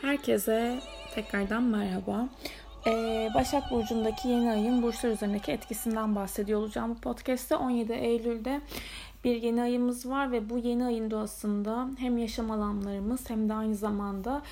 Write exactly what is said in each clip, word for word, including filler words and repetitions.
Herkese tekrardan merhaba. Ee, Başak Burcu'ndaki yeni ayın burçlar üzerindeki etkisinden bahsediyor olacağım bu podcast'te. on yedi Eylül'de bir yeni ayımız var ve bu yeni ayın doğasında hem yaşam alanlarımız hem de aynı zamanda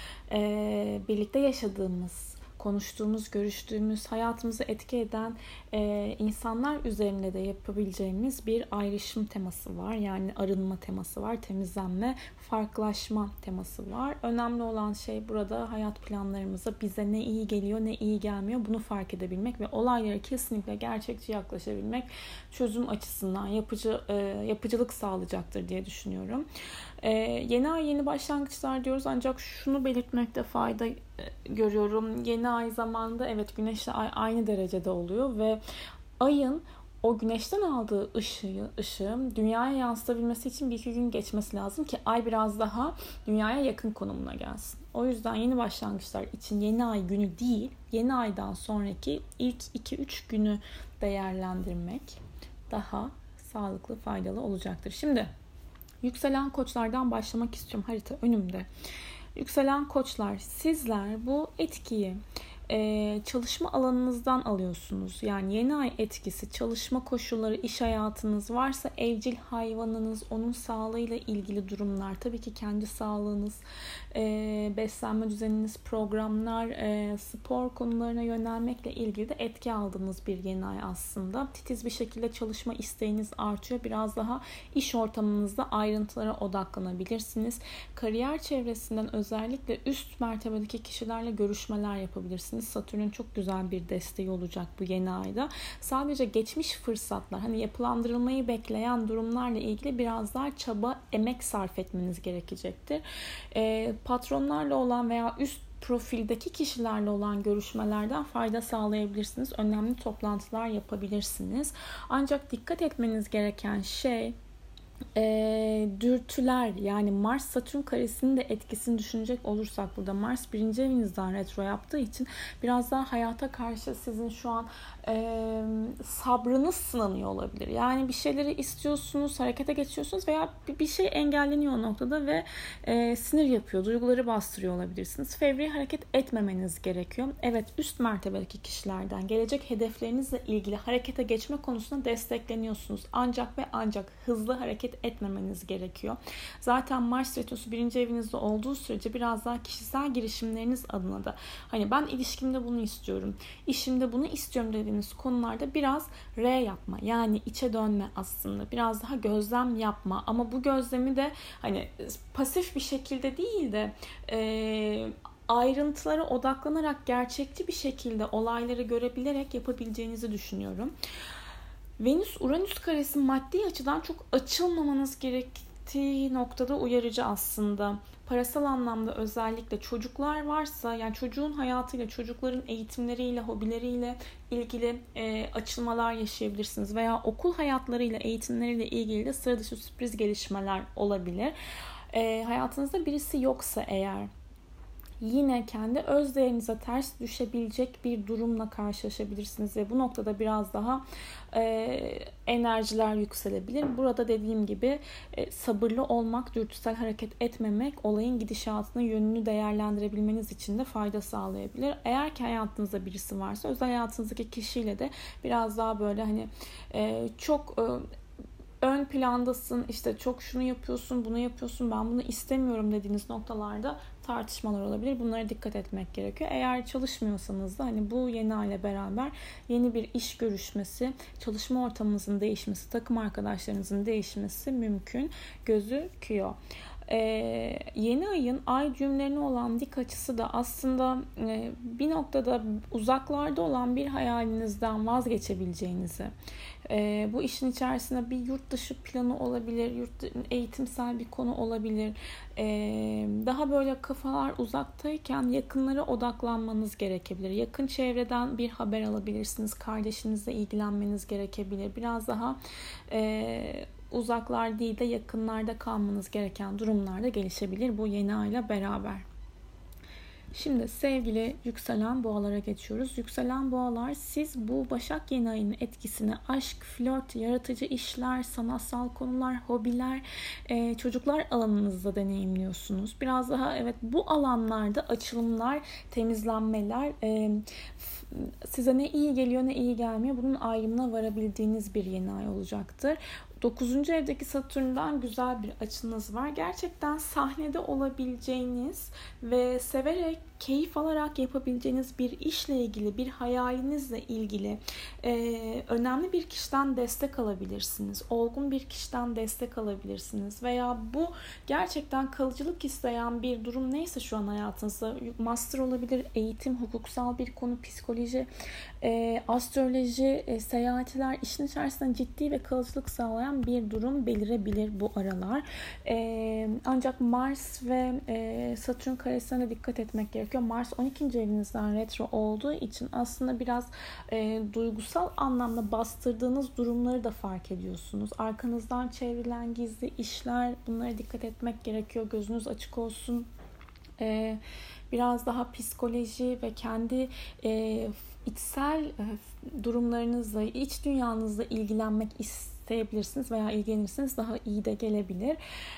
e, birlikte yaşadığımız, konuştuğumuz, görüştüğümüz, hayatımızı etki eden e, insanlar üzerinde de yapabileceğimiz bir ayrışım teması var. Yani arınma teması var, temizlenme, farklılaşma teması var. Önemli olan şey burada hayat planlarımıza bize ne iyi geliyor, ne iyi gelmiyor bunu fark edebilmek ve olaylara kesinlikle gerçekçi yaklaşabilmek çözüm açısından yapıcı e, yapıcılık sağlayacaktır diye düşünüyorum. Ee, yeni ay yeni başlangıçlar diyoruz ancak şunu belirtmekte fayda e, görüyorum. Yeni ay zamanında evet güneşle ay aynı derecede oluyor ve ayın o güneşten aldığı ışığı, ışığın dünyaya yansıtabilmesi için bir iki gün geçmesi lazım ki ay biraz daha dünyaya yakın konumuna gelsin. O yüzden yeni başlangıçlar için yeni ay günü değil, yeni aydan sonraki ilk iki üç günü değerlendirmek daha sağlıklı, faydalı olacaktır. Şimdi yükselen koçlardan başlamak istiyorum. Harita önümde. Yükselen koçlar, sizler bu etkiyi e, çalışma alanınızdan alıyorsunuz. Yani yeni ay etkisi, çalışma koşulları, iş hayatınız varsa evcil hayvanınız, onun sağlığıyla ilgili durumlar, tabii ki kendi sağlığınız, e, beslenme düzeniniz, programlar, e, spor konularına yönelmekle ilgili de etki aldığınız bir yeni ay aslında. Titiz bir şekilde çalışma isteğiniz artıyor. Biraz daha iş ortamınızda ayrıntılara odaklanabilirsiniz. Kariyer çevresinden özellikle üst mertebedeki kişilerle görüşmeler yapabilirsiniz. Satürn'ün çok güzel bir desteği olacak bu yeni ayda. Sadece geçmiş fırsatlar, hani yapılandırılmayı bekleyen durumlarla ilgili biraz daha çaba, emek sarf etmeniz gerekecektir. E, patronlarla olan veya üst profildeki kişilerle olan görüşmelerden fayda sağlayabilirsiniz. Önemli toplantılar yapabilirsiniz. Ancak dikkat etmeniz gereken şey E, dürtüler, yani Mars Satürn karesinin de etkisini düşünecek olursak burada Mars birinci evinizden retro yaptığı için biraz daha hayata karşı sizin şu an e, sabrınız sınanıyor olabilir. Yani bir şeyleri istiyorsunuz, harekete geçiyorsunuz veya bir, bir şey engelleniyor o noktada ve e, sinir yapıyor, duyguları bastırıyor olabilirsiniz. Fevri hareket etmemeniz gerekiyor. Evet, üst mertebedeki kişilerden gelecek hedeflerinizle ilgili harekete geçme konusunda destekleniyorsunuz. Ancak ve ancak hızlı hareket etmemeniz gerekiyor. Zaten Mars retrosu birinci evinizde olduğu sürece biraz daha kişisel girişimleriniz adına da hani ben ilişkimde bunu istiyorum, işimde bunu istiyorum dediğiniz konularda biraz R yapma, yani içe dönme aslında. Biraz daha gözlem yapma ama bu gözlemi de hani pasif bir şekilde değil de e, ayrıntılara odaklanarak gerçekçi bir şekilde olayları görebilerek yapabileceğinizi düşünüyorum. Venüs-Uranüs karesi maddi açıdan çok açılmamanız gerektiği noktada uyarıcı aslında. Parasal anlamda özellikle çocuklar varsa, yani çocuğun hayatıyla, çocukların eğitimleriyle, hobileriyle ilgili e, açılmalar yaşayabilirsiniz. Veya okul hayatlarıyla, eğitimleriyle ilgili de sıra dışı sürpriz gelişmeler olabilir. E, hayatınızda birisi yoksa eğer, yine kendi öz değerinize ters düşebilecek bir durumla karşılaşabilirsiniz ve bu noktada biraz daha e, enerjiler yükselebilir. Burada dediğim gibi e, sabırlı olmak, dürtüsel hareket etmemek, olayın gidişatını, yönünü değerlendirebilmeniz için de fayda sağlayabilir. Eğer ki hayatınızda birisi varsa, özel hayatınızdaki kişiyle de biraz daha böyle hani e, çok e, ön plandasın, işte çok şunu yapıyorsun, bunu yapıyorsun, ben bunu istemiyorum dediğiniz noktalarda tartışmalar olabilir. Bunlara dikkat etmek gerekiyor. Eğer çalışmıyorsanız da hani bu yeni ayla beraber yeni bir iş görüşmesi, çalışma ortamınızın değişmesi, takım arkadaşlarınızın değişmesi mümkün gözüküyor. Ee, yeni ayın ay düğümlerine olan dik açısı da aslında e, bir noktada uzaklarda olan bir hayalinizden vazgeçebileceğinizi, e, bu işin içerisinde bir yurt dışı planı olabilir, yurt eğitimsel bir konu olabilir. E, daha böyle kafalar uzaktayken yakınlara odaklanmanız gerekebilir. Yakın çevreden bir haber alabilirsiniz, kardeşinizle ilgilenmeniz gerekebilir. Biraz daha e, uzaklar değil de yakınlarda kalmanız gereken durumlarda gelişebilir bu yeni ayla beraber. Şimdi sevgili yükselen boğalara geçiyoruz. Yükselen boğalar, siz bu Başak yeni ayının etkisini aşk, flört, yaratıcı işler, sanatsal konular, hobiler, e, çocuklar alanınızda deneyimliyorsunuz. Biraz daha evet bu alanlarda açılımlar, temizlenmeler, e, size ne iyi geliyor ne iyi gelmiyor bunun ayrımına varabildiğiniz bir yeni ay olacaktır. dokuzuncu evdeki Satürn'den güzel bir açınız var. Gerçekten sahnede olabileceğiniz ve severek, keyif alarak yapabileceğiniz bir işle ilgili, bir hayalinizle ilgili e, önemli bir kişiden destek alabilirsiniz. Olgun bir kişiden destek alabilirsiniz. Veya bu gerçekten kalıcılık isteyen bir durum neyse şu an hayatınızda, master olabilir, eğitim, hukuksal bir konu, psikoloji, e, astroloji, e, seyahatler, işin içerisinde ciddi ve kalıcılık sağlayan bir durum belirebilir bu aralar. Ee, ancak Mars ve e, Satürn karesine de dikkat etmek gerekiyor. Mars on ikinci evinizden retro olduğu için aslında biraz e, duygusal anlamda bastırdığınız durumları da fark ediyorsunuz. Arkanızdan çevrilen gizli işler, bunlara dikkat etmek gerekiyor. Gözünüz açık olsun. Ee, biraz daha psikoloji ve kendi e, içsel e, durumlarınızla, iç dünyanızla ilgilenmek isteyebilirsiniz veya ilgilenirsiniz, daha iyi de gelebilir.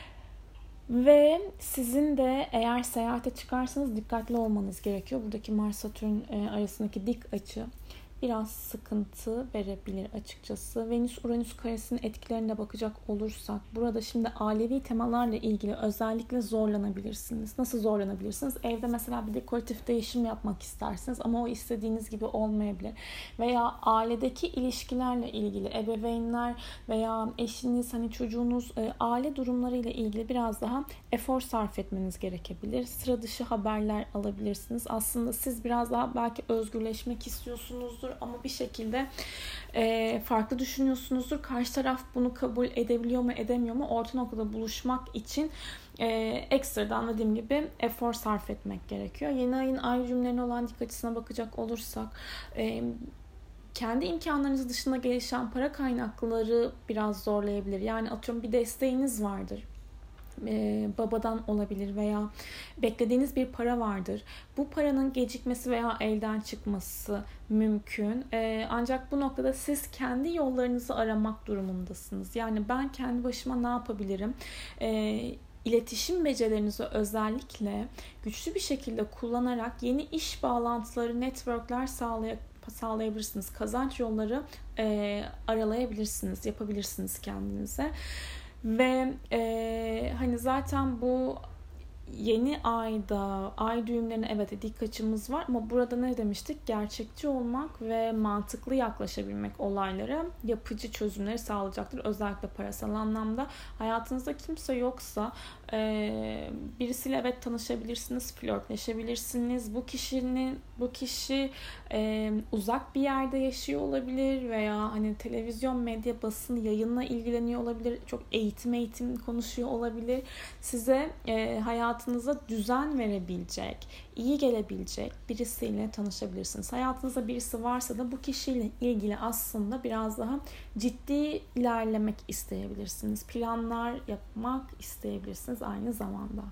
Ve sizin de eğer seyahate çıkarsanız dikkatli olmanız gerekiyor. Buradaki Mars-Satürn arasındaki dik açı biraz sıkıntı verebilir açıkçası. Venüs-Uranüs karesinin etkilerine bakacak olursak, burada şimdi ailevi temalarla ilgili özellikle zorlanabilirsiniz. Nasıl zorlanabilirsiniz? Evde mesela bir dekoratif değişim yapmak istersiniz ama o istediğiniz gibi olmayabilir. Veya ailedeki ilişkilerle ilgili, ebeveynler veya eşiniz, hani çocuğunuz, aile durumlarıyla ilgili biraz daha efor sarf etmeniz gerekebilir. Sıra dışı haberler alabilirsiniz. Aslında siz biraz daha belki özgürleşmek istiyorsunuzdur ama bir şekilde e, farklı düşünüyorsunuzdur. Karşı taraf bunu kabul edebiliyor mu edemiyor mu? Orta noktada buluşmak için e, ekstradan dediğim gibi efor sarf etmek gerekiyor. Yeni ayın ay cümlelerine olan dik açısına bakacak olursak e, kendi imkanlarınız dışında gelişen para kaynakları biraz zorlayabilir. Yani atıyorum bir desteğiniz vardır. Ee, babadan olabilir veya beklediğiniz bir para vardır. Bu paranın gecikmesi veya elden çıkması mümkün. Ee, ancak bu noktada siz kendi yollarınızı aramak durumundasınız. Yani ben kendi başıma ne yapabilirim? Ee, İletişim becerilerinizi özellikle güçlü bir şekilde kullanarak yeni iş bağlantıları, networkler sağlay- sağlayabilirsiniz. Kazanç yolları e, aralayabilirsiniz, yapabilirsiniz kendinize. Ve e, hani zaten bu yeni ayda ay düğümlerine evet dik açımız var ama burada ne demiştik? Gerçekçi olmak ve mantıklı yaklaşabilmek olaylara yapıcı çözümleri sağlayacaktır. Özellikle parasal anlamda. Hayatınızda kimse yoksa e, birisiyle evet tanışabilirsiniz, flörtleşebilirsiniz. Bu kişinin bu kişi e, uzak bir yerde yaşıyor olabilir veya hani televizyon, medya, basın, yayınla ilgileniyor olabilir. Çok eğitim eğitim konuşuyor olabilir. Size e, hayatınıza düzen verebilecek, iyi gelebilecek birisiyle tanışabilirsiniz. Hayatınızda birisi varsa da bu kişiyle ilgili aslında biraz daha ciddi ilerlemek isteyebilirsiniz. Planlar yapmak isteyebilirsiniz aynı zamanda.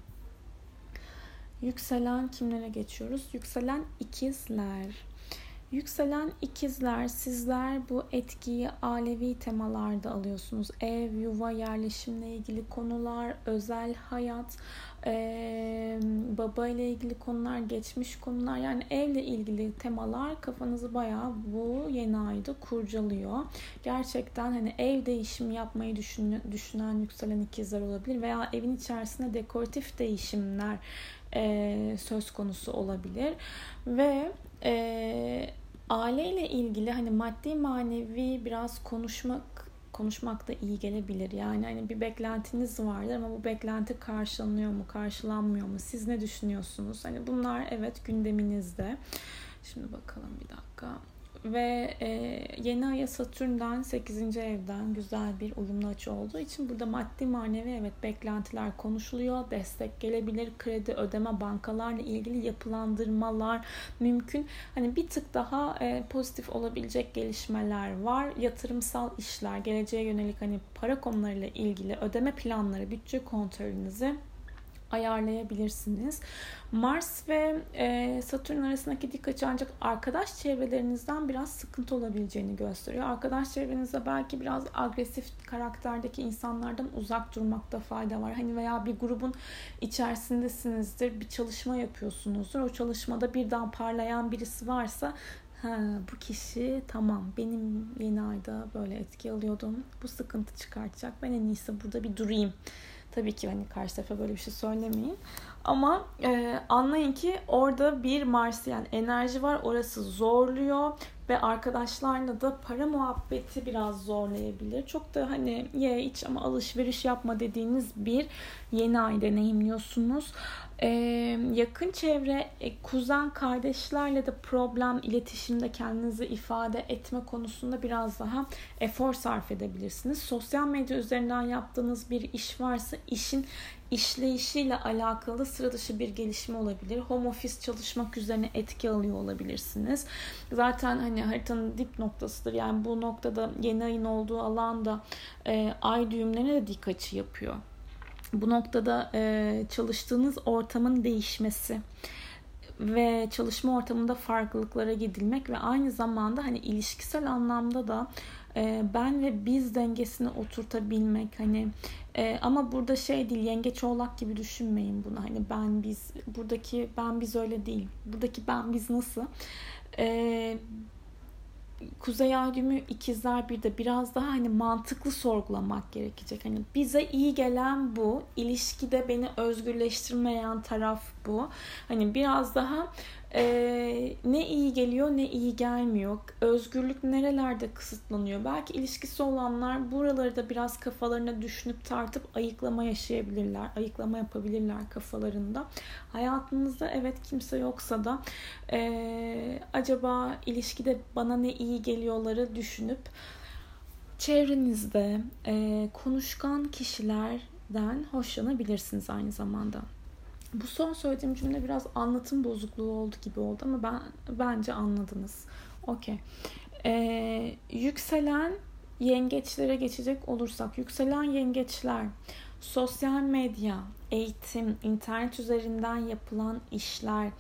Yükselen kimlere geçiyoruz? Yükselen ikizler. Yükselen ikizler, sizler bu etkiyi ailevi temalarda alıyorsunuz. Ev, yuva, yerleşimle ilgili konular, özel hayat, ee, baba ile ilgili konular, geçmiş konular, yani evle ilgili temalar kafanızı bayağı bu yeni ayda kurcalıyor. Gerçekten hani ev değişimi yapmayı düşün, düşünen yükselen ikizler olabilir veya evin içerisinde dekoratif değişimler e, söz konusu olabilir ve e, aileyle ilgili hani maddi manevi biraz konuşmak konuşmak da iyi gelebilir. Yani hani bir beklentiniz vardır ama bu beklenti karşılanıyor mu, karşılanmıyor mu? Siz ne düşünüyorsunuz? Hani bunlar evet gündeminizde. Şimdi bakalım bir dakika. Ve e, yeni aya Satürn'den sekizinci evden güzel bir uyumlu açı olduğu için burada maddi manevi evet beklentiler konuşuluyor. Destek gelebilir. Kredi ödeme, bankalarla ilgili yapılandırmalar mümkün. Hani bir tık daha e, pozitif olabilecek gelişmeler var. Yatırımsal işler, geleceğe yönelik hani para konularıyla ilgili ödeme planları, bütçe kontrolünüzü ayarlayabilirsiniz. Mars ve e, Satürn arasındaki dik açı ancak arkadaş çevrelerinizden biraz sıkıntı olabileceğini gösteriyor. Arkadaş çevrenizde belki biraz agresif karakterdeki insanlardan uzak durmakta fayda var. Hani veya bir grubun içerisindesinizdir, bir çalışma yapıyorsunuzdur. O çalışmada birden parlayan birisi varsa ha, bu kişi tamam benim yeni ayda böyle etki alıyordum. Bu sıkıntı çıkartacak. Ben en iyisi burada bir durayım. Tabii ki hani karşı tarafa böyle bir şey söylemeyin. Ama e, anlayın ki orada bir Marsiyen enerji var. Orası zorluyor ve arkadaşlarla da para muhabbeti biraz zorlayabilir. Çok da hani ye iç ama alışveriş yapma dediğiniz bir yeni ay deneyimliyorsunuz. Ee, yakın çevre, e, kuzen, kardeşlerle de problem, iletişimde kendinizi ifade etme konusunda biraz daha efor sarf edebilirsiniz. Sosyal medya üzerinden yaptığınız bir iş varsa işin işleyişiyle alakalı sıra dışı bir gelişme olabilir. Home office çalışmak üzerine etki alıyor olabilirsiniz. Zaten hani haritanın dip noktasıdır. Yani bu noktada yeni ayın olduğu alanda e, ay düğümlerine de dik açı yapıyor. Bu noktada e, çalıştığınız ortamın değişmesi ve çalışma ortamında farklılıklara gidilmek ve aynı zamanda hani ilişkisel anlamda da e, ben ve biz dengesini oturtabilmek hani e, ama burada şey değil, yengeç oğlak gibi düşünmeyin bunu, hani ben biz, buradaki ben biz öyle değil, buradaki ben biz nasıl e, Kuzey ay düğümü ikizler bir de biraz daha hani mantıklı sorgulamak gerekecek. Hani bize iyi gelen bu, ilişkide beni özgürleştirmeyen taraf bu. Hani biraz daha e, ne iyi geliyor ne iyi gelmiyor. Özgürlük nerelerde kısıtlanıyor? Belki ilişkisi olanlar buraları da biraz kafalarına düşünüp tartıp ayıklama yaşayabilirler. Ayıklama yapabilirler kafalarında. Hayatınızda evet kimse yoksa da e, acaba ilişkide bana ne iyi geliyorları düşünüp çevrenizde e, konuşkan kişilerden hoşlanabilirsiniz aynı zamanda. Bu son söylediğim cümle biraz anlatım bozukluğu oldu gibi oldu ama ben bence anladınız. Okey. Ee, yükselen yengeçlere geçecek olursak, yükselen yengeçler, sosyal medya, eğitim, internet üzerinden yapılan işler,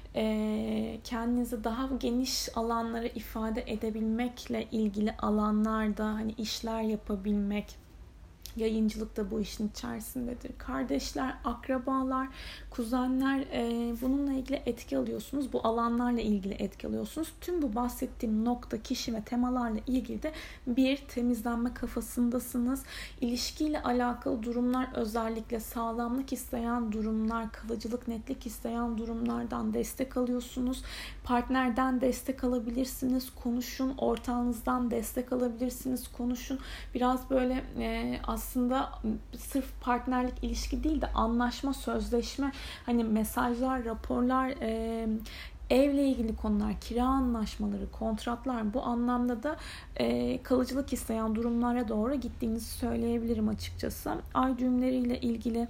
e, kendinizi daha geniş alanlara ifade edebilmekle ilgili alanlarda hani işler yapabilmek, yayıncılık da bu işin içerisindedir. Kardeşler, akrabalar, kuzenler e, bununla ilgili etki alıyorsunuz. Bu alanlarla ilgili etki alıyorsunuz. Tüm bu bahsettiğim nokta, kişi ve temalarla ilgili de bir temizlenme kafasındasınız. İlişkiyle alakalı durumlar, özellikle sağlamlık isteyen durumlar, kalıcılık, netlik isteyen durumlardan destek alıyorsunuz. Partnerden destek alabilirsiniz. Konuşun. Ortağınızdan destek alabilirsiniz. Konuşun. Biraz böyle e, aslında aslında sırf partnerlik ilişki değil de anlaşma, sözleşme, hani mesajlar, raporlar, e, evle ilgili konular, kira anlaşmaları, kontratlar, bu anlamda da e, kalıcılık isteyen durumlara doğru gittiğinizi söyleyebilirim açıkçası. Ay düğümleriyle ilgili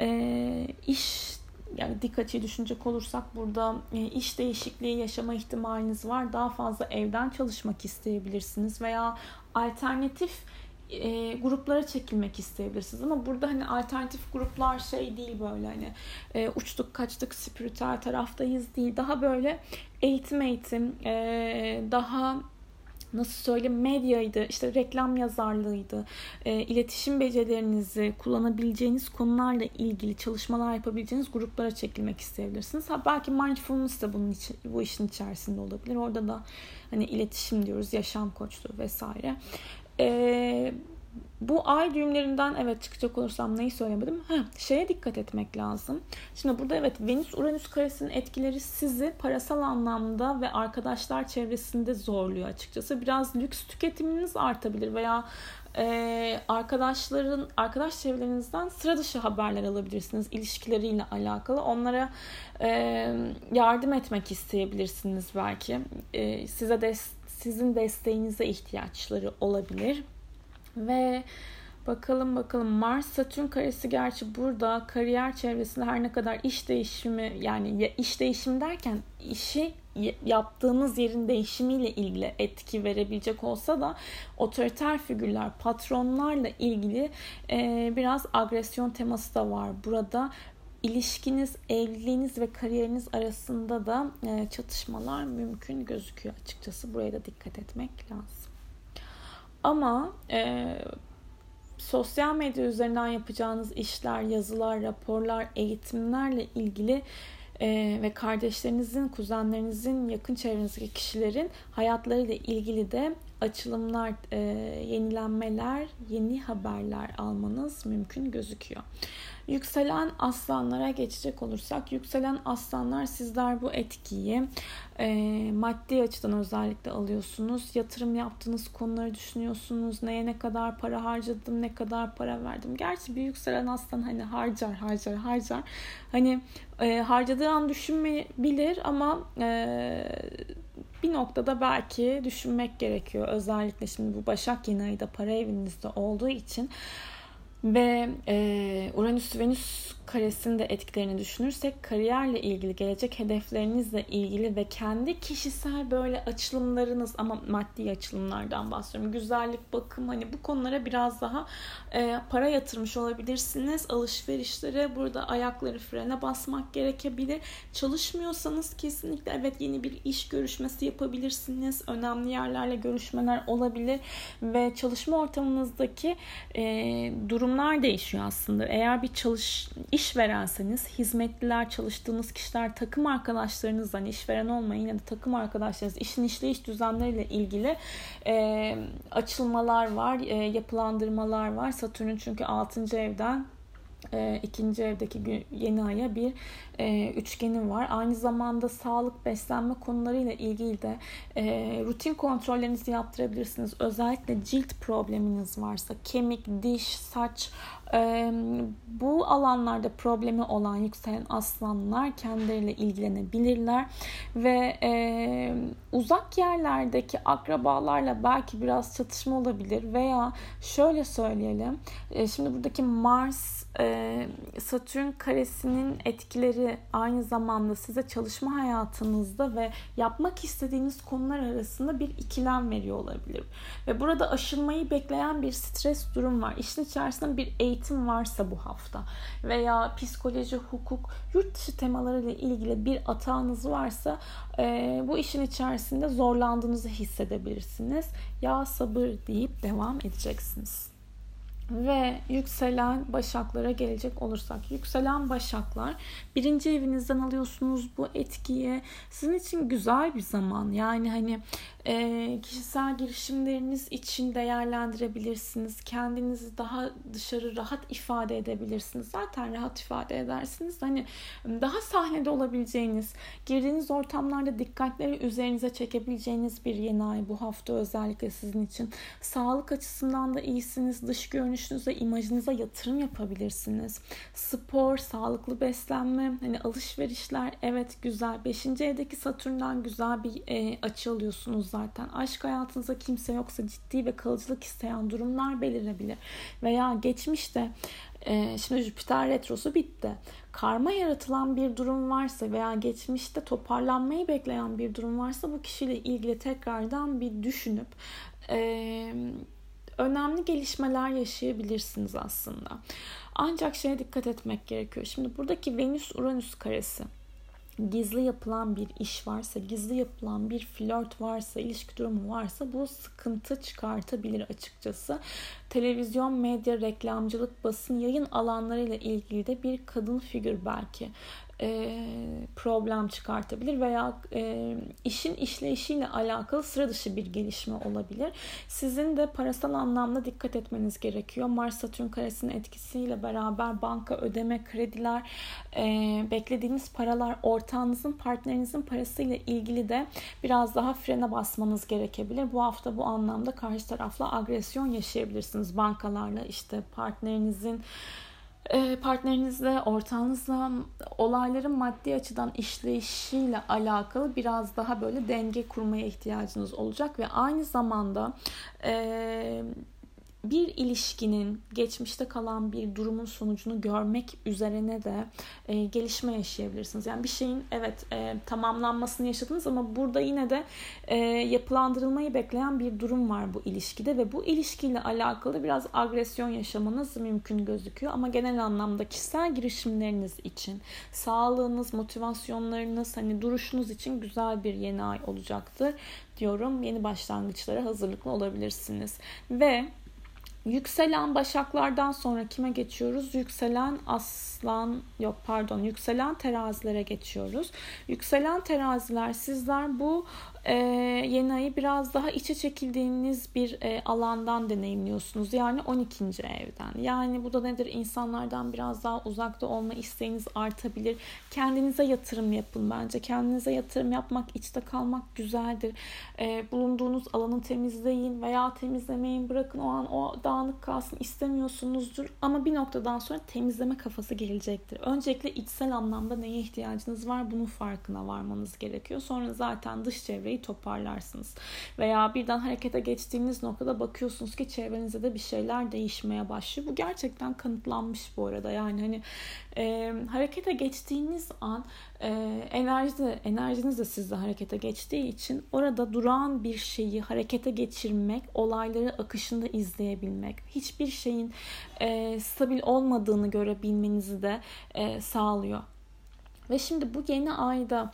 e, iş, yani dik açıyı düşünecek olursak burada e, iş değişikliği yaşama ihtimaliniz var. Daha fazla evden çalışmak isteyebilirsiniz veya alternatif E, gruplara çekilmek isteyebilirsiniz ama burada hani alternatif gruplar şey değil, böyle hani e, uçtuk kaçtık spiritüel taraftayız değil, daha böyle eğitim eğitim e, daha nasıl söyleyeyim, medyaydı, işte reklam yazarlığıydı, e, iletişim becerilerinizi kullanabileceğiniz konularla ilgili çalışmalar yapabileceğiniz gruplara çekilmek isteyebilirsiniz. Ha, belki mindfulness da bunun için, bu işin içerisinde olabilir. Orada da hani iletişim diyoruz, yaşam koçluğu vesaire. Ee, bu ay düğümlerinden evet çıkacak olursam neyi söylemedim? Ha, şeye dikkat etmek lazım. Şimdi burada evet Venüs-Uranüs karesinin etkileri sizi parasal anlamda ve arkadaşlar çevresinde zorluyor açıkçası. Biraz lüks tüketiminiz artabilir veya e, arkadaşların arkadaş çevrelerinizden sıra dışı haberler alabilirsiniz ilişkileriyle alakalı. Onlara e, yardım etmek isteyebilirsiniz belki. E, size de sizin desteğinize ihtiyaçları olabilir. Ve bakalım bakalım Mars Satürn karesi gerçi burada kariyer çevresinde her ne kadar iş değişimi, yani iş değişimi derken işi yaptığınız yerin değişimiyle ilgili etki verebilecek olsa da otoriter figürler, patronlarla ilgili e, biraz agresyon teması da var burada. ilişkiniz, evliliğiniz ve kariyeriniz arasında da e, çatışmalar mümkün gözüküyor açıkçası. Buraya da dikkat etmek lazım. Ama e, sosyal medya üzerinden yapacağınız işler, yazılar, raporlar, eğitimlerle ilgili e, ve kardeşlerinizin, kuzenlerinizin, yakın çevrenizdeki kişilerin hayatlarıyla ilgili de açılımlar, e, yenilenmeler, yeni haberler almanız mümkün gözüküyor. Yükselen aslanlara geçecek olursak, yükselen aslanlar sizler bu etkiyi e, maddi açıdan özellikle alıyorsunuz. Yatırım yaptığınız konuları düşünüyorsunuz. Neye ne kadar para harcadım, ne kadar para verdim. Gerçi bir yükselen aslan hani harcar, harcar, harcar. Hani e, harcadığı an düşünmeyebilir ama e, bir noktada belki düşünmek gerekiyor. Özellikle şimdi bu Başak yeni ayı da para evinizde olduğu için ve e, Uranüs-Venüs karesinin de etkilerini düşünürsek kariyerle ilgili, gelecek hedeflerinizle ilgili ve kendi kişisel böyle açılımlarınız, ama maddi açılımlardan bahsediyorum. Güzellik, bakım, hani bu konulara biraz daha e, para yatırmış olabilirsiniz. Alışverişlere burada ayakları frene basmak gerekebilir. Çalışmıyorsanız kesinlikle evet yeni bir iş görüşmesi yapabilirsiniz. Önemli yerlerle görüşmeler olabilir ve çalışma ortamınızdaki e, durumlar değişiyor aslında. Eğer bir çalış işverenseniz, hizmetliler, çalıştığınız kişiler, takım arkadaşlarınız, hani işveren olmayın yine de takım arkadaşlarınız, işin işleyiş düzenleriyle ilgili e, açılmalar var, e, yapılandırmalar var. Satürn'ün çünkü altıncı evden E, ikinci evdeki yeni aya bir e, üçgeni var. Aynı zamanda sağlık, beslenme konularıyla ilgili de e, rutin kontrollerinizi yaptırabilirsiniz. Özellikle cilt probleminiz varsa, kemik, diş, saç, e, bu alanlarda problemi olan yükselen aslanlar kendileriyle ilgilenebilirler ve e, uzak yerlerdeki akrabalarla belki biraz çatışma olabilir veya şöyle söyleyelim, e, şimdi buradaki Mars Satürn karesinin etkileri aynı zamanda size çalışma hayatınızda ve yapmak istediğiniz konular arasında bir ikilem veriyor olabilir. Ve burada aşılmayı bekleyen bir stres durum var. İşin içerisinde bir eğitim varsa bu hafta veya psikoloji, hukuk, yurt dışı temalarıyla ilgili bir atağınız varsa bu işin içerisinde zorlandığınızı hissedebilirsiniz. Ya sabır deyip devam edeceksiniz. Ve yükselen başaklara gelecek olursak, yükselen başaklar birinci evinizden alıyorsunuz bu etkiyi. Sizin için güzel bir zaman. Yani hani e, kişisel girişimleriniz için değerlendirebilirsiniz. Kendinizi daha dışarı rahat ifade edebilirsiniz. Zaten rahat ifade edersiniz. Hani daha sahnede olabileceğiniz, girdiğiniz ortamlarda dikkatleri üzerinize çekebileceğiniz bir yeni ay bu hafta özellikle sizin için. Sağlık açısından da iyisiniz. Dış görünüşünüze, imajınıza yatırım yapabilirsiniz. Spor, sağlıklı beslenme, hani alışverişler evet güzel. Beşinci evdeki Satürn'den güzel bir e, açı alıyorsunuz zaten. Aşk hayatınızda kimse yoksa ciddi ve kalıcılık isteyen durumlar belirebilir. Veya geçmişte e, şimdi Jüpiter retrosu bitti. Karma yaratılan bir durum varsa veya geçmişte toparlanmayı bekleyen bir durum varsa bu kişiyle ilgili tekrardan bir düşünüp e, önemli gelişmeler yaşayabilirsiniz aslında. Ancak şeye dikkat etmek gerekiyor. Şimdi buradaki Venüs-Uranüs karesi, gizli yapılan bir iş varsa, gizli yapılan bir flört varsa, ilişki durumu varsa bu sıkıntı çıkartabilir açıkçası. Televizyon, medya, reklamcılık, basın, yayın alanlarıyla ilgili de bir kadın figür belki e, problem çıkartabilir veya e, işin işleyişiyle alakalı sıra dışı bir gelişme olabilir. Sizin de parasal anlamda dikkat etmeniz gerekiyor. Mars-Satürn karesinin etkisiyle beraber banka, ödeme, krediler, e, beklediğiniz paralar, ortağınızın, partnerinizin parasıyla ilgili de biraz daha frene basmanız gerekebilir. Bu hafta bu anlamda karşı tarafla agresyon yaşayabilirsiniz. Bankalarla, işte partnerinizin partnerinizle, ortağınızla olayların maddi açıdan işleyişiyle alakalı biraz daha böyle denge kurmaya ihtiyacınız olacak ve aynı zamanda e, bir ilişkinin, geçmişte kalan bir durumun sonucunu görmek üzerine de e, gelişme yaşayabilirsiniz. Yani bir şeyin evet e, tamamlanmasını yaşadınız ama burada yine de e, yapılandırılmayı bekleyen bir durum var bu ilişkide ve bu ilişkiyle alakalı biraz agresyon yaşamanız mümkün gözüküyor. Ama genel anlamda kişisel girişimleriniz için, sağlığınız, motivasyonlarınız, hani duruşunuz için güzel bir yeni ay olacaktır diyorum. Yeni başlangıçlara hazırlıklı olabilirsiniz. Ve yükselen Başaklardan sonra kime geçiyoruz? Yükselen Aslan, yok pardon, yükselen Terazilere geçiyoruz. Yükselen Teraziler, sizler bu e, yeni ayı biraz daha içe çekildiğiniz bir e, alandan deneyimliyorsunuz. Yani on ikinci evden. Yani bu da nedir? İnsanlardan biraz daha uzakta olma isteğiniz artabilir. Kendinize yatırım yapın bence. Kendinize yatırım yapmak, içte kalmak güzeldir. E, bulunduğunuz alanı temizleyin veya temizlemeyin. Bırakın o an o dağınık kalsın, istemiyorsunuzdur. Ama bir noktadan sonra temizleme kafası gelecektir. Öncelikle içsel anlamda neye ihtiyacınız var? Bunun farkına varmanız gerekiyor. Sonra zaten dış çevreyi toparlarsınız. Veya birden harekete geçtiğiniz noktada bakıyorsunuz ki çevrenizde de bir şeyler değişmeye başlıyor. Bu gerçekten kanıtlanmış bu arada. Yani hani e, harekete geçtiğiniz an e, enerji de, enerjiniz de sizde harekete geçtiği için orada duran bir şeyi harekete geçirmek, olayları akışında izleyebilmek, hiçbir şeyin e, stabil olmadığını görebilmenizi de e, sağlıyor. Ve şimdi bu yeni ayda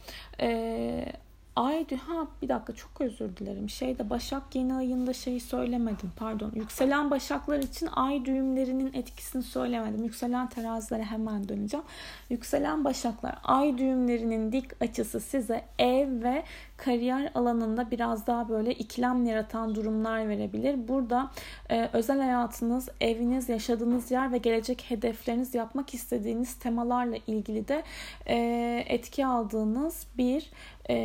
e, Ay ha bir dakika çok özür dilerim. Şeyde Başak yeni ayında şeyi söylemedim. Pardon. Yükselen Başaklar için ay düğümlerinin etkisini söylemedim. Yükselen Terazilere hemen döneceğim. Yükselen Başaklar, ay düğümlerinin dik açısı size ev ve kariyer alanında biraz daha böyle ikilem yaratan durumlar verebilir. Burada e, özel hayatınız, eviniz, yaşadığınız yer ve gelecek hedefleriniz, yapmak istediğiniz temalarla ilgili de e, etki aldığınız bir e,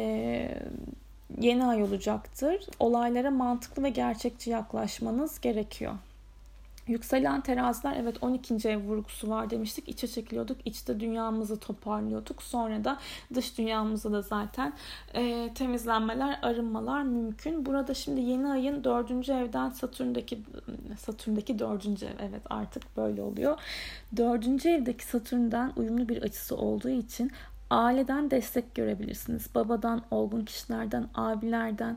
yeni ay olacaktır. Olaylara mantıklı ve gerçekçi yaklaşmanız gerekiyor. Yükselen Teraziler, evet on ikinci ev vurgusu var demiştik. İçe çekiliyorduk. İçte dünyamızı toparlıyorduk. Sonra da dış dünyamızda da zaten e, temizlenmeler, arınmalar mümkün. Burada şimdi yeni ayın dördüncü evden Satürn'deki Satürn'deki dördüncü ev. Evet artık böyle oluyor. Dördüncü evdeki Satürn'den uyumlu bir açısı olduğu için aileden destek görebilirsiniz. Babadan, olgun kişilerden, abilerden,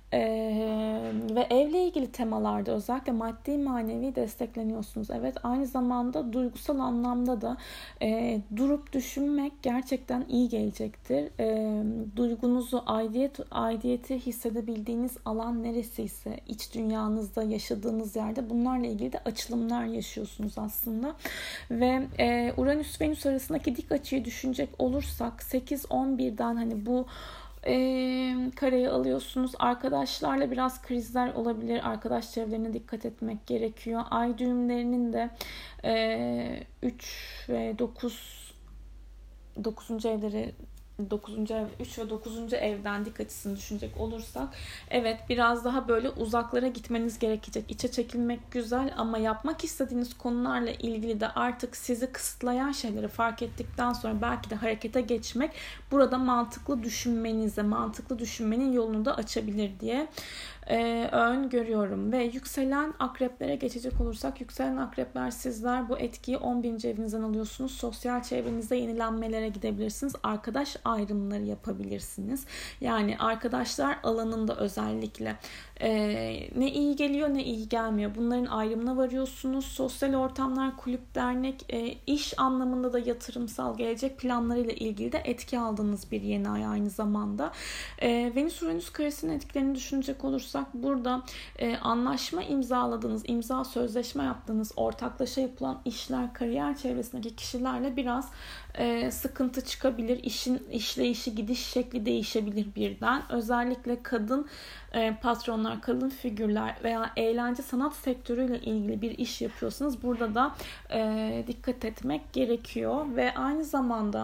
Ee, ve evle ilgili temalarda özellikle maddi manevi destekleniyorsunuz. Evet, aynı zamanda duygusal anlamda da e, durup düşünmek gerçekten iyi gelecektir. E, duygunuzu, aidiyet, aidiyeti hissedebildiğiniz alan neresiyse, iç dünyanızda, yaşadığınız yerde bunlarla ilgili de açılımlar yaşıyorsunuz aslında. Ve e, Uranüs-Venüs arasındaki dik açıyı düşünecek olursak sekiz on birden hani bu E, kareyi alıyorsunuz. Arkadaşlarla biraz krizler olabilir. Arkadaş çevrelerine dikkat etmek gerekiyor. Ay düğümlerinin de e, üç ve dokuz dokuzuncu evleri dokuzuncu ev, üç ve dokuzuncu evden dik açısını düşünecek olursak evet biraz daha böyle uzaklara gitmeniz gerekecek. İçe çekilmek güzel ama yapmak istediğiniz konularla ilgili de artık sizi kısıtlayan şeyleri fark ettikten sonra belki de harekete geçmek burada mantıklı düşünmenize, mantıklı düşünmenin yolunu da açabilir diye Ee, öngörüyorum. Ve yükselen akreplere geçecek olursak, yükselen akrepler, sizler bu etkiyi on birinci evinizden alıyorsunuz. Sosyal çevrenizde yenilenmelere gidebilirsiniz. Arkadaş ayrımları yapabilirsiniz. Yani arkadaşlar alanında özellikle e, ne iyi geliyor ne iyi gelmiyor. Bunların ayrımına varıyorsunuz. Sosyal ortamlar, kulüp, dernek, e, iş anlamında da yatırımsal gelecek planlarıyla ilgili de etki aldığınız bir yeni ay aynı zamanda. E, Venüs-Uranüs karesinin etkilerini düşünecek olursak burada e, anlaşma imzaladığınız, imza sözleşme yaptığınız, ortaklaşa yapılan işler, kariyer çevresindeki kişilerle biraz e, sıkıntı çıkabilir. İşin işleyişi, gidiş şekli değişebilir birden. Özellikle kadın e, patronlar, kadın figürler veya eğlence sanat sektörüyle ilgili bir iş yapıyorsanız burada da e, dikkat etmek gerekiyor ve aynı zamanda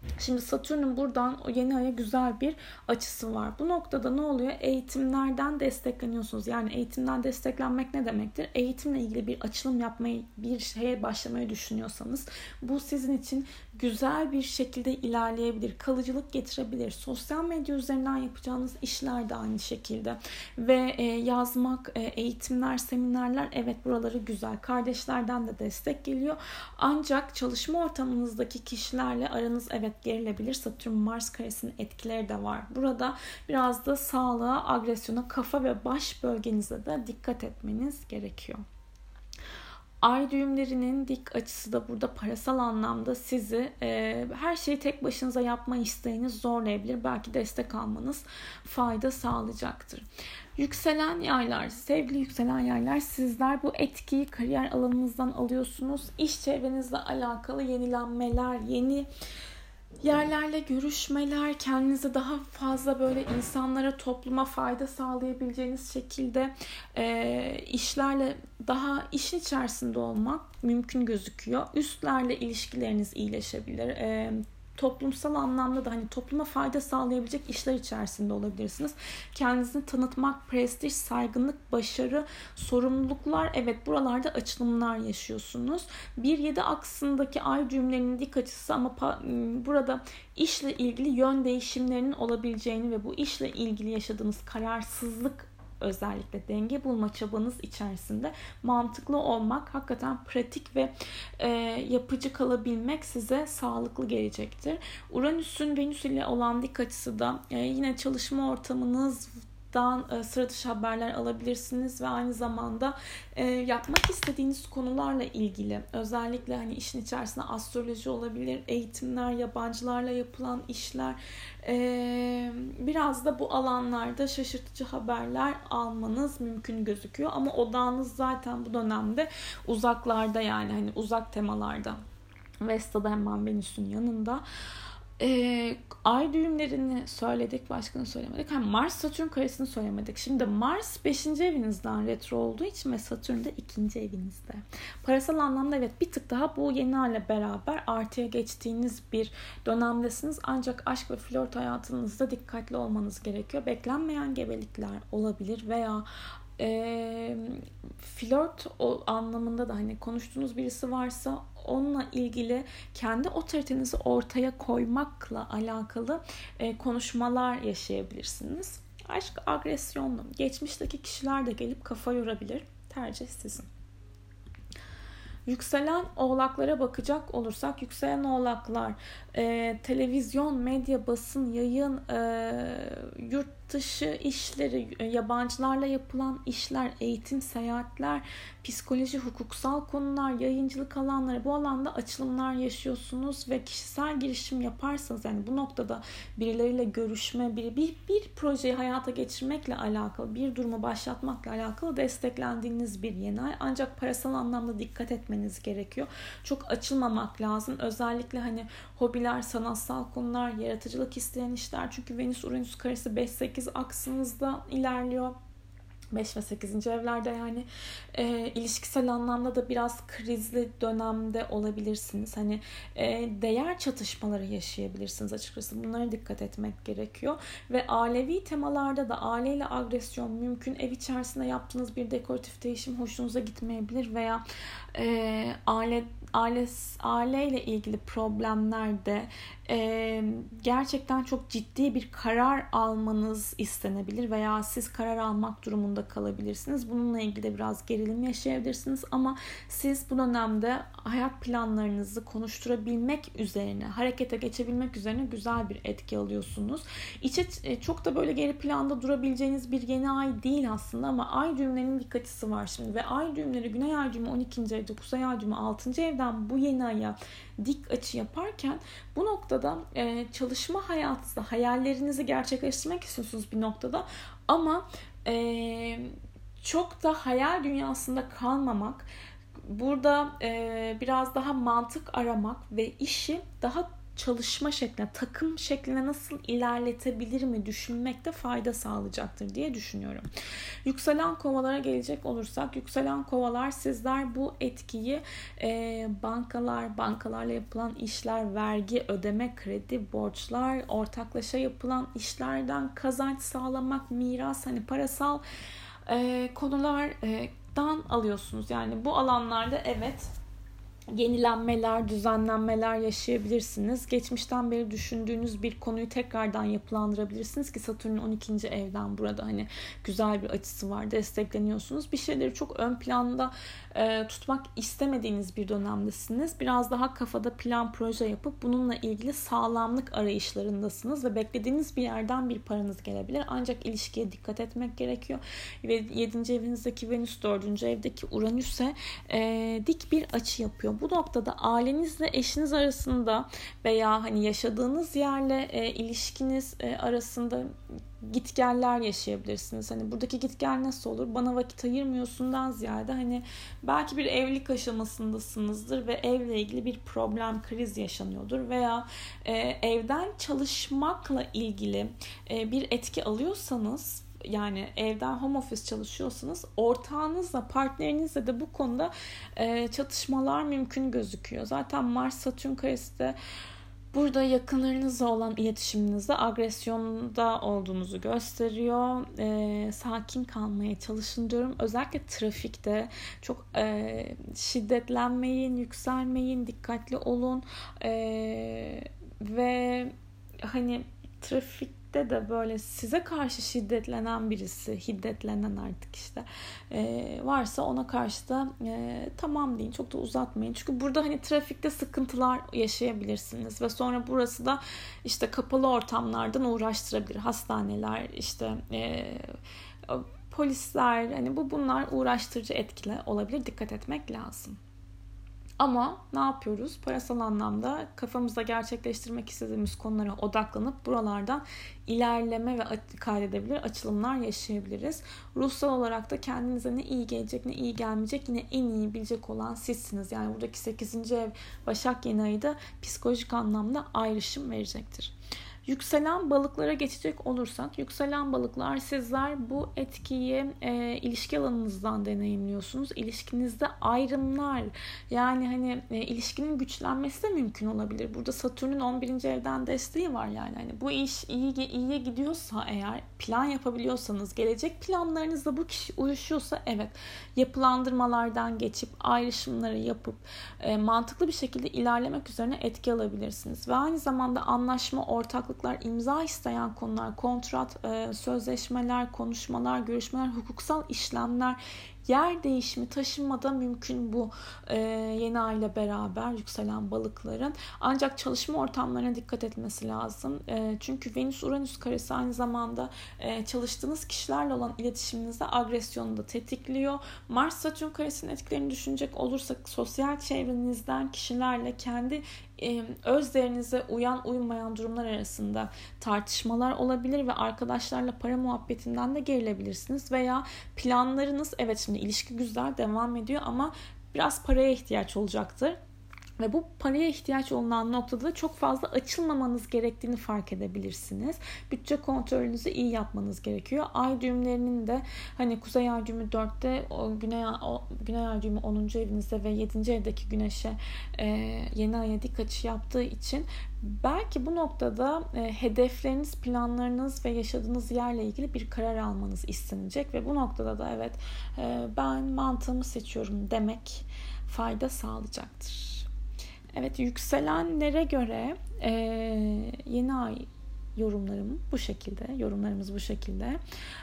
Şimdi Satürn'ün buradan o yeni aya güzel bir açısı var. Bu noktada ne oluyor? Eğitimlerden destekleniyorsunuz. Yani eğitimden desteklenmek ne demektir? Eğitimle ilgili bir açılım yapmayı, bir şeye başlamayı düşünüyorsanız bu sizin için güzel bir şekilde ilerleyebilir. Kalıcılık getirebilir. Sosyal medya üzerinden yapacağınız işler de aynı şekilde. Ve e, yazmak, e, eğitimler, seminerler, evet buraları güzel. Kardeşlerden de destek geliyor. Ancak çalışma ortamınızdaki kişilerle aranız evet gerilebilir. Satürn-Mars karesinin etkileri de var. Burada biraz da sağlığa, agresyona, kafa ve baş bölgenize de dikkat etmeniz gerekiyor. Ay düğümlerinin dik açısı da burada parasal anlamda sizi e, her şeyi tek başınıza yapma isteğiniz zorlayabilir. Belki destek almanız fayda sağlayacaktır. Yükselen yaylar, sevgili yükselen yaylar, sizler bu etkiyi kariyer alanınızdan alıyorsunuz. İş çevrenizle alakalı yenilenmeler, yeni yerlerle görüşmeler, kendinizi daha fazla böyle insanlara, topluma fayda sağlayabileceğiniz şekilde e, işlerle daha işin içerisinde olmak mümkün gözüküyor. Üstlerle ilişkileriniz iyileşebilir. E, toplumsal anlamda da hani topluma fayda sağlayabilecek işler içerisinde olabilirsiniz. Kendinizi tanıtmak, prestij, saygınlık, başarı, sorumluluklar, evet buralarda açılımlar yaşıyorsunuz. bir yedi aksındaki ay düğümlerinin dik açısı ama burada işle ilgili yön değişimlerinin olabileceğini ve bu işle ilgili yaşadığınız kararsızlık, özellikle denge bulma çabanız içerisinde mantıklı olmak, hakikaten pratik ve e, yapıcı kalabilmek size sağlıklı gelecektir. Uranüs'ün Venüs ile olan dik açısı da e, yine çalışma ortamınız dan sıra dışı haberler alabilirsiniz ve aynı zamanda e, yapmak istediğiniz konularla ilgili, özellikle hani işin içerisinde astroloji olabilir, eğitimler, yabancılarla yapılan işler, e, biraz da bu alanlarda şaşırtıcı haberler almanız mümkün gözüküyor. Ama odağınız zaten bu dönemde uzaklarda, yani hani uzak temalarda. Vesta'da hemen Venüs'ün yanında. Ee, ay düğümlerini söyledik, başkanı söylemedik. Ha, Mars Satürn karesini söylemedik. Şimdi Mars beşinci evinizden retro olduğu için ve Satürn de ikinci evinizde. Parasal anlamda evet bir tık daha bu yeni hale beraber artıya geçtiğiniz bir dönemdesiniz. Ancak aşk ve flört hayatınızda dikkatli olmanız gerekiyor. Beklenmeyen gebelikler olabilir veya E, flört o anlamında da hani konuştuğunuz birisi varsa onunla ilgili kendi otoritenizi ortaya koymakla alakalı e, konuşmalar yaşayabilirsiniz. Aşk agresyonlu. Geçmişteki kişiler de gelip kafa yorabilir. Tercih sizin. Yükselen oğlaklara bakacak olursak, yükselen oğlaklar e, televizyon, medya, basın, yayın, e, yurt dışı işleri, e, yabancılarla yapılan işler, eğitim, seyahatler, psikoloji, hukuksal konular, yayıncılık alanları, bu alanda açılımlar yaşıyorsunuz ve kişisel girişim yaparsanız, yani bu noktada birileriyle görüşme, bir, bir, bir projeyi hayata geçirmekle alakalı, bir durumu başlatmakla alakalı desteklendiğiniz bir yeni ay. Ancak parasal anlamda dikkat etmeniz gerekiyor. Çok açılmamak lazım. Özellikle hani hobiler, sanatsal konular, yaratıcılık isteyen işler. Çünkü Venüs Uranüs karesi beş sekiz aksınızda ilerliyor. beş ve sekizinci evlerde, yani e, ilişkisel anlamda da biraz krizli dönemde olabilirsiniz. Hani e, değer çatışmaları yaşayabilirsiniz açıkçası. Bunlara dikkat etmek gerekiyor. Ve ailevi temalarda da aileyle agresyon mümkün. Ev içerisinde yaptığınız bir dekoratif değişim hoşunuza gitmeyebilir veya e, aile aile aileyle ilgili problemlerde e, gerçekten çok ciddi bir karar almanız istenebilir veya siz karar almak durumunda kalabilirsiniz. Bununla ilgili biraz gerilim yaşayabilirsiniz ama siz bu dönemde hayat planlarınızı konuşturabilmek üzerine, harekete geçebilmek üzerine güzel bir etki alıyorsunuz. İçe çok da böyle geri planda durabileceğiniz bir yeni ay değil aslında ama ay düğümlerinin bir açısı var şimdi ve ay düğümleri, güney ay düğümü on ikinci evde, kuzey ay düğümü altıncı evden bu yeni aya dik açı yaparken bu noktada e, çalışma hayatınızda hayallerinizi gerçekleştirmek istiyorsunuz bir noktada ama e, çok da hayal dünyasında kalmamak, burada e, biraz daha mantık aramak ve işi daha çalışma şekline, takım şekline nasıl ilerletebilir mi düşünmekte fayda sağlayacaktır diye düşünüyorum. Yükselen kovalara gelecek olursak, yükselen kovalar sizler bu etkiyi e, bankalar, bankalarla yapılan işler, vergi ödeme, kredi, borçlar, ortaklaşa yapılan işlerden kazanç sağlamak, miras, hani parasal e, konulardan alıyorsunuz. Yani bu alanlarda evet yenilenmeler, düzenlenmeler yaşayabilirsiniz. Geçmişten beri düşündüğünüz bir konuyu tekrardan yapılandırabilirsiniz ki Satürn'ün on ikinci evden burada hani güzel bir açısı var. Destekleniyorsunuz. Bir şeyleri çok ön planda e, tutmak istemediğiniz bir dönemdesiniz. Biraz daha kafada plan proje yapıp bununla ilgili sağlamlık arayışlarındasınız ve beklediğiniz bir yerden bir paranız gelebilir. Ancak ilişkiye dikkat etmek gerekiyor. Ve yedinci evinizdeki Venüs, dördüncü evdeki Uranüs'e e, dik bir açı yapıyor. Bu noktada ailenizle eşiniz arasında veya hani yaşadığınız yerle e, ilişkiniz e, arasında gitgeller yaşayabilirsiniz. Hani buradaki gitgel nasıl olur? Bana vakit ayırmıyorsundan ziyade hani belki bir evlilik aşamasındasınızdır ve evle ilgili bir problem, kriz yaşanıyordur veya e, evden çalışmakla ilgili e, bir etki alıyorsanız, yani evden home office çalışıyorsanız ortağınızla, partnerinizle de bu konuda e, çatışmalar mümkün gözüküyor. Zaten Mars Satürn karesi de burada yakınlarınızla olan iletişiminizde agresyonda olduğunuzu gösteriyor. E, sakin kalmaya çalışın diyorum. Özellikle trafikte çok e, şiddetlenmeyin, yükselmeyin, dikkatli olun e, ve hani trafik de böyle size karşı şiddetlenen birisi, hiddetlenen artık işte e, varsa ona karşı da e, tamam deyin, çok da uzatmayın. Çünkü burada hani trafikte sıkıntılar yaşayabilirsiniz ve sonra burası da işte kapalı ortamlardan uğraştırabilir. Hastaneler, işte e, polisler, hani bu bunlar uğraştırıcı etkili olabilir. Dikkat etmek lazım. Ama ne yapıyoruz? Parasal anlamda kafamızda gerçekleştirmek istediğimiz konulara odaklanıp buralardan ilerleme ve kaydedebilir açılımlar yaşayabiliriz. Ruhsal olarak da kendinize ne iyi gelecek ne iyi gelmeyecek yine en iyi bilecek olan sizsiniz. Yani buradaki sekizinci ev Başak yeni ayı da psikolojik anlamda ayrışım verecektir. Yükselen balıklara geçecek olursak, yükselen balıklar sizler bu etkiyi e, ilişki alanınızdan deneyimliyorsunuz. İlişkinizde ayrımlar, yani hani e, ilişkinin güçlenmesi de mümkün olabilir. Burada Satürn'ün on birinci evden desteği var yani. Hani bu iş iyi iyiye gidiyorsa, eğer plan yapabiliyorsanız, gelecek planlarınızla bu kişi uyuşuyorsa evet yapılandırmalardan geçip ayrışımları yapıp e, mantıklı bir şekilde ilerlemek üzerine etki alabilirsiniz. Ve aynı zamanda anlaşma, ortaklık, imza isteyen konular, kontrat, sözleşmeler, konuşmalar, görüşmeler, hukuksal işlemler, yer değişimi, taşınma da mümkün bu e, yeni ay ile beraber yükselen balıkların. Ancak çalışma ortamlarına dikkat etmesi lazım. E, çünkü Venüs-Uranüs karesi aynı zamanda e, çalıştığınız kişilerle olan iletişiminizde agresyonu da tetikliyor. Mars-Satürn karesinin etkilerini düşünecek olursak sosyal çevrenizden kişilerle kendi e, öz değerinize uyan uymayan durumlar arasında tartışmalar olabilir ve arkadaşlarla para muhabbetinden de gerilebilirsiniz veya planlarınız, evet şimdi ilişki güzel devam ediyor ama biraz paraya ihtiyaç olacaktır. Ve bu paraya ihtiyaç olunan noktada da çok fazla açılmamanız gerektiğini fark edebilirsiniz. Bütçe kontrolünüzü iyi yapmanız gerekiyor. Ay düğümlerinin de hani Kuzey Ay düğümü dörtte, o Güney, o, Güney Ay düğümü onuncu evinizde ve yedinci evdeki Güneş'e e, yeni aya dik açı yaptığı için belki bu noktada e, hedefleriniz, planlarınız ve yaşadığınız yerle ilgili bir karar almanız istenecek ve bu noktada da evet e, ben mantığımı seçiyorum demek fayda sağlayacaktır. Evet, yükselenlere göre e, yeni ay yorumlarım bu şekilde, yorumlarımız bu şekilde.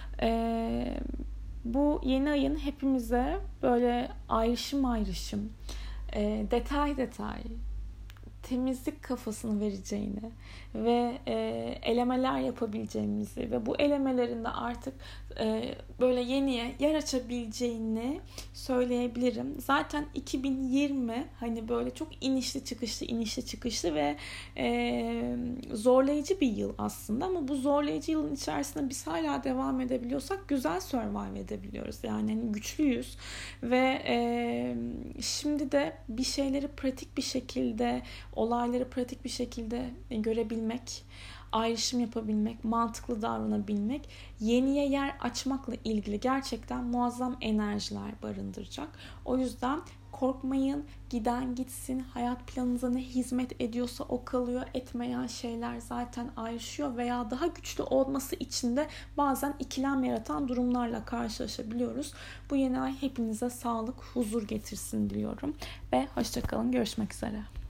E, bu yeni ayın hepimize böyle ayrışım ayrışım, e, detay detay, temizlik kafasını vereceğini ve e, elemeler yapabileceğimizi ve bu elemelerinde artık e, böyle yeniye yer açabileceğini söyleyebilirim. Zaten iki bin yirmi hani böyle çok inişli çıkışlı inişli çıkışlı ve e, zorlayıcı bir yıl aslında ama bu zorlayıcı yılın içerisinde biz hala devam edebiliyorsak güzel survive edebiliyoruz. Yani hani güçlüyüz ve e, şimdi de bir şeyleri pratik bir şekilde, olayları pratik bir şekilde görebilmek, ayrışım yapabilmek, mantıklı davranabilmek, yeniye yer açmakla ilgili gerçekten muazzam enerjiler barındıracak. O yüzden korkmayın, giden gitsin, hayat planınıza ne hizmet ediyorsa o kalıyor, etmeyen şeyler zaten ayrışıyor veya daha güçlü olması için de bazen ikilem yaratan durumlarla karşılaşabiliyoruz. Bu yeni ay hepinize sağlık, huzur getirsin diliyorum ve hoşça kalın, görüşmek üzere.